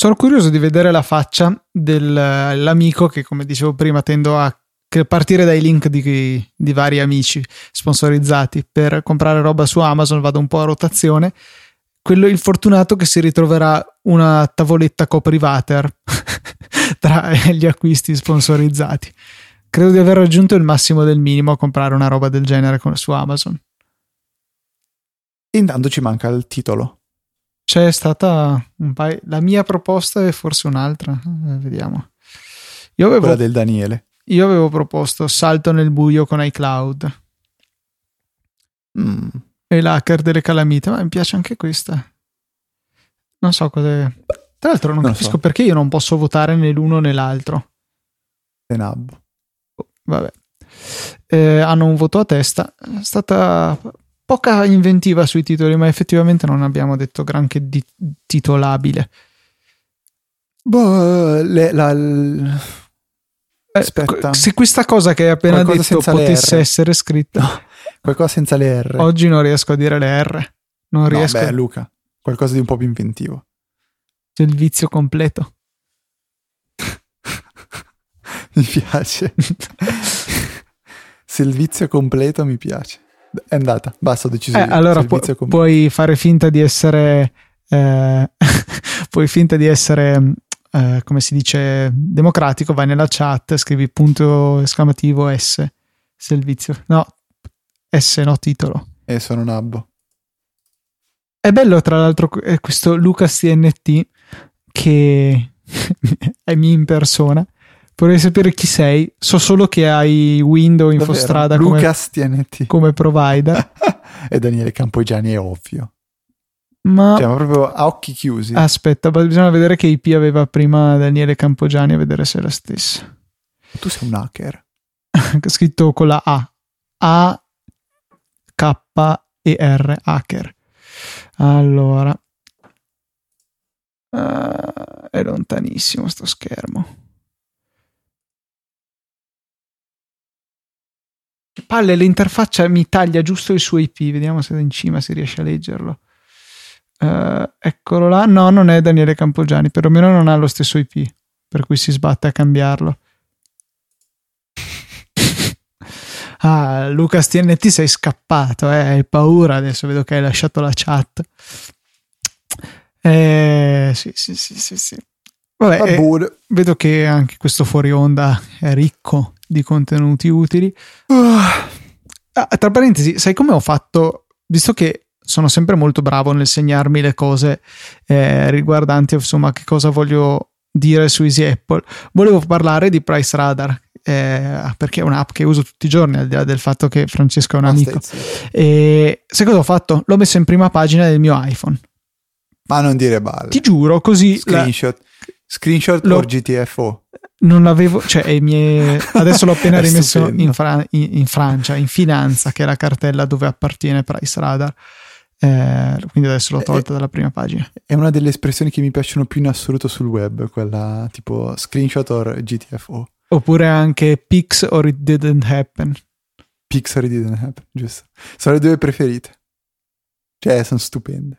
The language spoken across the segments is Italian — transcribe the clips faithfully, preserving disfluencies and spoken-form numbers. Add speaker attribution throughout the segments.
Speaker 1: Sono curioso di vedere la faccia dell'amico che, come dicevo prima, tendo a partire dai link di, di vari amici sponsorizzati per comprare roba su Amazon, vado un po' a rotazione. Quello il fortunato che si ritroverà una tavoletta coprivater tra gli acquisti sponsorizzati. Credo di aver raggiunto il massimo del minimo a comprare una roba del genere su Amazon.
Speaker 2: Intanto ci manca il titolo.
Speaker 1: C'è stata un paio, la mia proposta e forse un'altra, eh, vediamo. Io avevo,
Speaker 2: quella del Daniele.
Speaker 1: Io avevo proposto Salto nel buio con iCloud.
Speaker 2: Mm.
Speaker 1: E l'hacker delle calamite, ma mi piace anche questa. Non so cosa. Tra l'altro non, non capisco so. Perché io non posso votare né l'uno né l'altro.
Speaker 2: Tenabbo.
Speaker 1: Oh, vabbè. Eh, hanno un voto a testa. È stata poca inventiva sui titoli, ma effettivamente non abbiamo detto granché di titolabile.
Speaker 2: Boh, le, la, l... aspetta.
Speaker 1: Eh, se questa cosa che hai appena
Speaker 2: qualcosa
Speaker 1: detto potesse essere scritta,
Speaker 2: no, qualcosa senza le R.
Speaker 1: Oggi non riesco a dire le R. Non riesco.
Speaker 2: No, beh, Luca, qualcosa di un po' più inventivo.
Speaker 1: C'è il vizio completo.
Speaker 2: Mi piace. Se il vizio è completo mi piace. È andata, basta, ho deciso.
Speaker 1: Eh, allora pu- puoi fare finta di essere eh, puoi finta di essere eh, come si dice, democratico, vai nella chat, scrivi punto esclamativo S servizio, no S no titolo,
Speaker 2: e sono nabbo.
Speaker 1: È bello tra l'altro questo Lucas T N T che è mi in persona. Vorrei sapere chi sei. So solo che hai Windows Infostrada come,
Speaker 2: Lucas T N T
Speaker 1: come provider.
Speaker 2: E Daniele Campogiani è ovvio.
Speaker 1: Ma...
Speaker 2: Cioè, ma proprio a occhi chiusi.
Speaker 1: Aspetta, bisogna vedere che I P aveva prima Daniele Campogiani, a vedere se è la stessa.
Speaker 2: Tu sei un hacker.
Speaker 1: Scritto con la A. A K E R, hacker. Allora. Uh, è lontanissimo sto schermo. Palle, l'interfaccia mi taglia giusto il suo I P, vediamo se da in cima si riesce a leggerlo. Uh, eccolo là. No, non è Daniele Campogiani, perlomeno non ha lo stesso I P, per cui si sbatte a cambiarlo. Ah, Lucas T N T, sei scappato, eh? Hai paura, adesso vedo che hai lasciato la chat. Eh, sì, sì, sì, sì, sì. Vabbè, eh, vedo che anche questo fuori onda è ricco di contenuti utili. Uh, ah, tra parentesi, sai come ho fatto? Visto che sono sempre molto bravo nel segnarmi le cose eh, riguardanti, insomma, che cosa voglio dire su Easy Apple, volevo parlare di Price Radar, eh, perché è un'app che uso tutti i giorni, al di là del fatto che Francesco è un amico. E sai cosa ho fatto? L'ho messo in prima pagina del mio iPhone.
Speaker 2: Ma non dire balle.
Speaker 1: Ti giuro, così
Speaker 2: screenshot la... screenshot o G T F O?
Speaker 1: Non l'avevo, cioè i miei, adesso l'ho appena rimesso in, Fra, in, in Francia, in Finanza, che è la cartella dove appartiene Price Radar, eh, quindi adesso l'ho tolta è, dalla prima pagina.
Speaker 2: È una delle espressioni che mi piacciono più in assoluto sul web, quella tipo screenshot or G T F O.
Speaker 1: Oppure anche pics or it didn't happen.
Speaker 2: Pics or it didn't happen, giusto. Sono le due preferite. Cioè, sono stupende.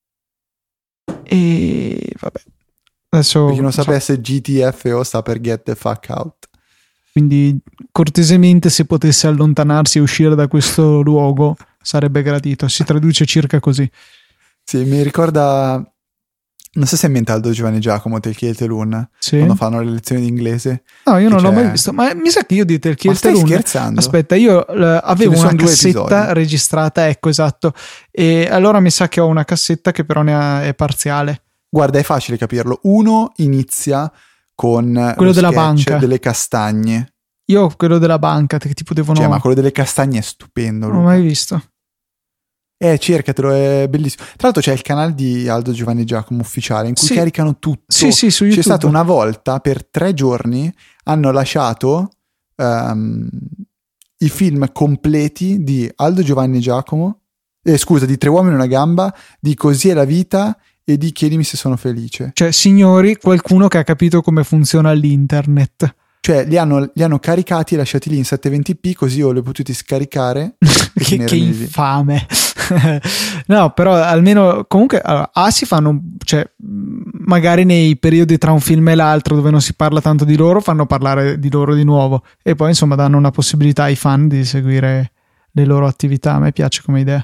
Speaker 1: E vabbè. Adesso,
Speaker 2: per chi non sapesse, so. G T F O sta per Get the Fuck Out.
Speaker 1: Quindi cortesemente, se potesse allontanarsi e uscire da questo luogo sarebbe gradito. Si traduce circa così.
Speaker 2: Sì, mi ricorda, non so se è in mente Aldo Giovanni Giacomo Tel Kiel Telun,
Speaker 1: sì.
Speaker 2: Quando fanno le lezioni di inglese.
Speaker 1: No, io non l'ho mai visto, ma mi sa che io di Tel Kiel Telun,
Speaker 2: ma stai scherzando?
Speaker 1: Aspetta, io uh, avevo una cassetta registrata, ecco, esatto, e allora mi sa che ho una cassetta che però ne ha, è parziale.
Speaker 2: Guarda, è facile capirlo. Uno inizia con
Speaker 1: quello della banca
Speaker 2: delle castagne.
Speaker 1: Io ho quello della banca, che tipo devono...
Speaker 2: Cioè, ma quello delle castagne è stupendo.
Speaker 1: Non l'ho mai visto.
Speaker 2: Eh, cercatelo, è bellissimo. Tra l'altro c'è il canale di Aldo Giovanni Giacomo ufficiale in cui sì. caricano tutto.
Speaker 1: Sì, sì, su YouTube.
Speaker 2: C'è stata una volta, per tre giorni, hanno lasciato um, i film completi di Aldo Giovanni Giacomo, eh, scusa, di Tre uomini e una gamba, di Così è la vita e di Chiedimi se sono felice.
Speaker 1: Cioè, signori, qualcuno che ha capito come funziona l'internet.
Speaker 2: Cioè li hanno, li hanno caricati e lasciati lì in settecentoventi p, così io li ho potuti scaricare.
Speaker 1: che, che infame. No, però almeno comunque allora, A si fanno, cioè magari nei periodi tra un film e l'altro dove non si parla tanto di loro, fanno parlare di loro di nuovo e poi insomma danno una possibilità ai fan di seguire le loro attività. A me piace come idea.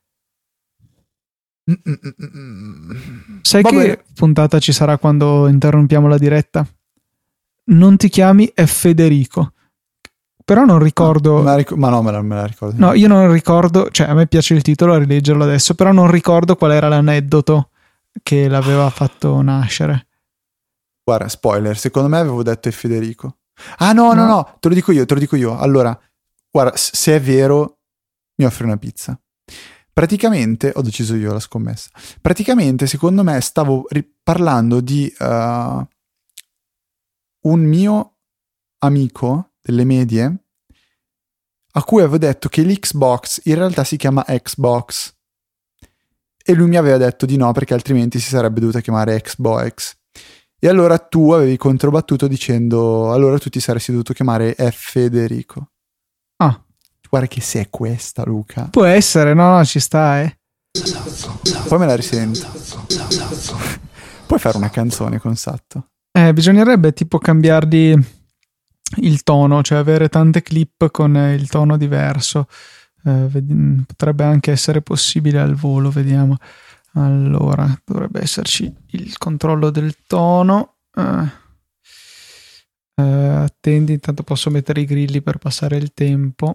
Speaker 1: Sai
Speaker 2: Vabbè.
Speaker 1: che puntata ci sarà quando interrompiamo la diretta? Non ti chiami è Federico. Però non ricordo.
Speaker 2: Ma, ric- ma no, me la, me la ricordo.
Speaker 1: No, io non ricordo. Cioè, a me piace il titolo, a rileggerlo adesso. Però non ricordo qual era l'aneddoto che l'aveva fatto nascere.
Speaker 2: Guarda, spoiler. Secondo me avevo detto è Federico. Ah, no, no, no, no. Te lo dico io, te lo dico io. Allora, guarda, se è vero, mi offri una pizza. Praticamente, ho deciso io la scommessa. Praticamente, secondo me, stavo ri- parlando di uh, un mio amico delle medie a cui avevo detto che l'Xbox in realtà si chiama Xbox e lui mi aveva detto di no perché altrimenti si sarebbe dovuta chiamare Xbox, e allora tu avevi controbattuto dicendo allora tu ti saresti dovuto chiamare F Federico.
Speaker 1: Ah,
Speaker 2: guarda che se è questa, Luca,
Speaker 1: può essere, no no ci sta, eh
Speaker 2: poi me la risento. Puoi fare una canzone con Satto?
Speaker 1: Eh, bisognerebbe tipo cambiargli il tono, cioè avere tante clip con il tono diverso. Eh, ved- potrebbe anche essere possibile al volo, vediamo. Allora, dovrebbe esserci il controllo del tono. Eh, eh, attendi, intanto posso mettere i grilli per passare il tempo.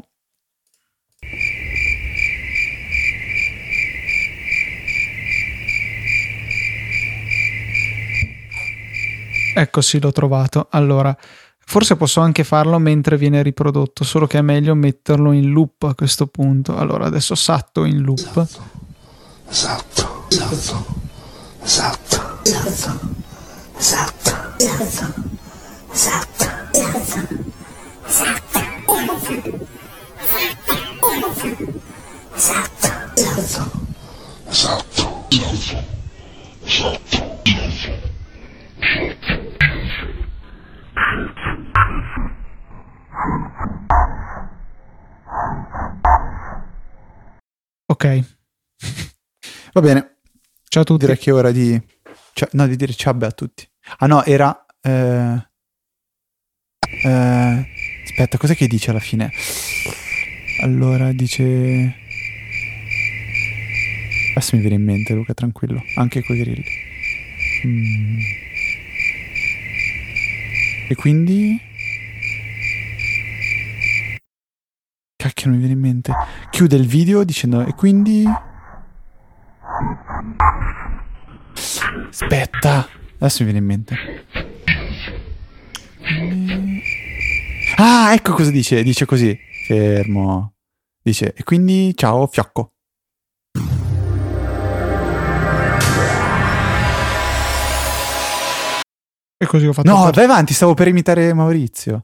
Speaker 1: Ecco, sì, l'ho trovato. Allora, forse posso anche farlo mentre viene riprodotto, solo che è meglio metterlo in loop a questo punto. Allora, adesso Satto in loop.
Speaker 3: Esatto, esatto, esatto, esatto, esatto, esatto, esatto, esatto, esatto.
Speaker 2: Ok, va bene.
Speaker 1: Ciao a tutti.
Speaker 2: Direi che è ora di cioè, no, di dire ciao a tutti. Ah no, era eh... Eh... aspetta, cos'è che dice alla fine? Allora dice adesso mi viene in mente, Luca, tranquillo, anche coi grilli. Mm. E quindi cacchio, non mi viene in mente. Chiude il video dicendo e quindi aspetta, adesso mi viene in mente. Ah, ecco cosa dice. Dice così, fermo. Dice e quindi ciao fiocco.
Speaker 1: E così ho fatto.
Speaker 2: No, vai avanti, stavo per imitare Maurizio.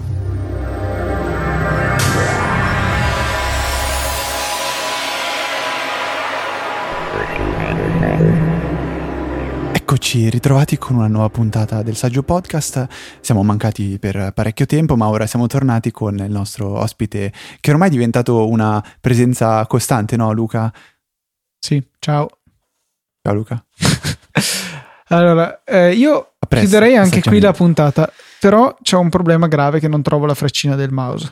Speaker 2: Eccoci ritrovati con una nuova puntata del Saggio Podcast. Siamo mancati per parecchio tempo, ma ora siamo tornati con il nostro ospite che ormai è diventato una presenza costante, no Luca?
Speaker 1: Sì, ciao.
Speaker 2: Ciao Luca.
Speaker 1: Allora, eh, io
Speaker 2: Appresso,
Speaker 1: chiuderei anche qui la puntata, però c'è un problema grave che non trovo la freccina del mouse.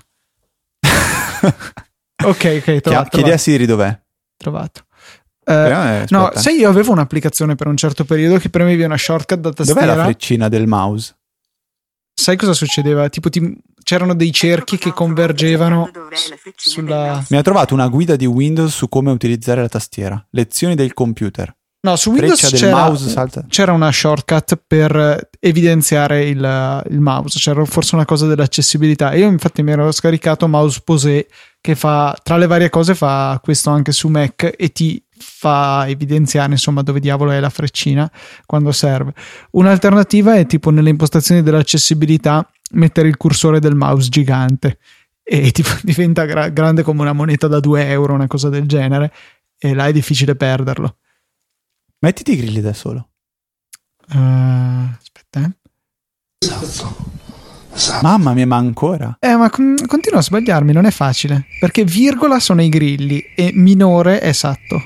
Speaker 1: Ok, ok, trovato.
Speaker 2: Chiedi a Siri dov'è?
Speaker 1: Trovato. Eh, no, sai, io avevo un'applicazione per un certo periodo che premevi una shortcut da tastiera.
Speaker 2: Dov'è la freccina del mouse?
Speaker 1: Sai cosa succedeva? Tipo ti, c'erano dei cerchi che convergevano sulla...
Speaker 2: Mi ha trovato una guida di Windows su come utilizzare la tastiera. Lezioni del computer.
Speaker 1: No, su Windows c'era,
Speaker 2: mouse, salta.
Speaker 1: c'era una shortcut per evidenziare il, il mouse, c'era forse una cosa dell'accessibilità. Io infatti mi ero scaricato Mouse Posé, che fa, tra le varie cose, fa questo anche su Mac e ti fa evidenziare insomma dove diavolo è la freccina quando serve. Un'alternativa è tipo nelle impostazioni dell'accessibilità mettere il cursore del mouse gigante e tipo diventa gra- grande come una moneta da due euro, una cosa del genere, e là è difficile perderlo.
Speaker 2: Mettiti i grilli da solo.
Speaker 1: Uh, aspetta, eh.
Speaker 3: Esatto.
Speaker 2: Mamma mia, ma ancora?
Speaker 1: Eh, ma con- continuo a sbagliarmi, non è facile. Perché virgola sono i grilli e minore è esatto.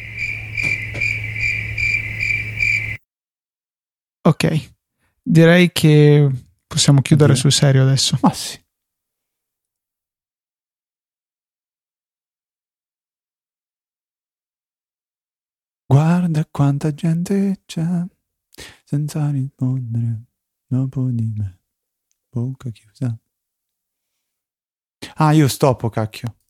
Speaker 1: Ok. Direi che possiamo chiudere
Speaker 2: Oddio.
Speaker 1: sul serio adesso.
Speaker 2: Ma sì. Guarda quanta gente c'è senza rispondere dopo di me. Bocca chiusa. Ah, io stoppo, cacchio.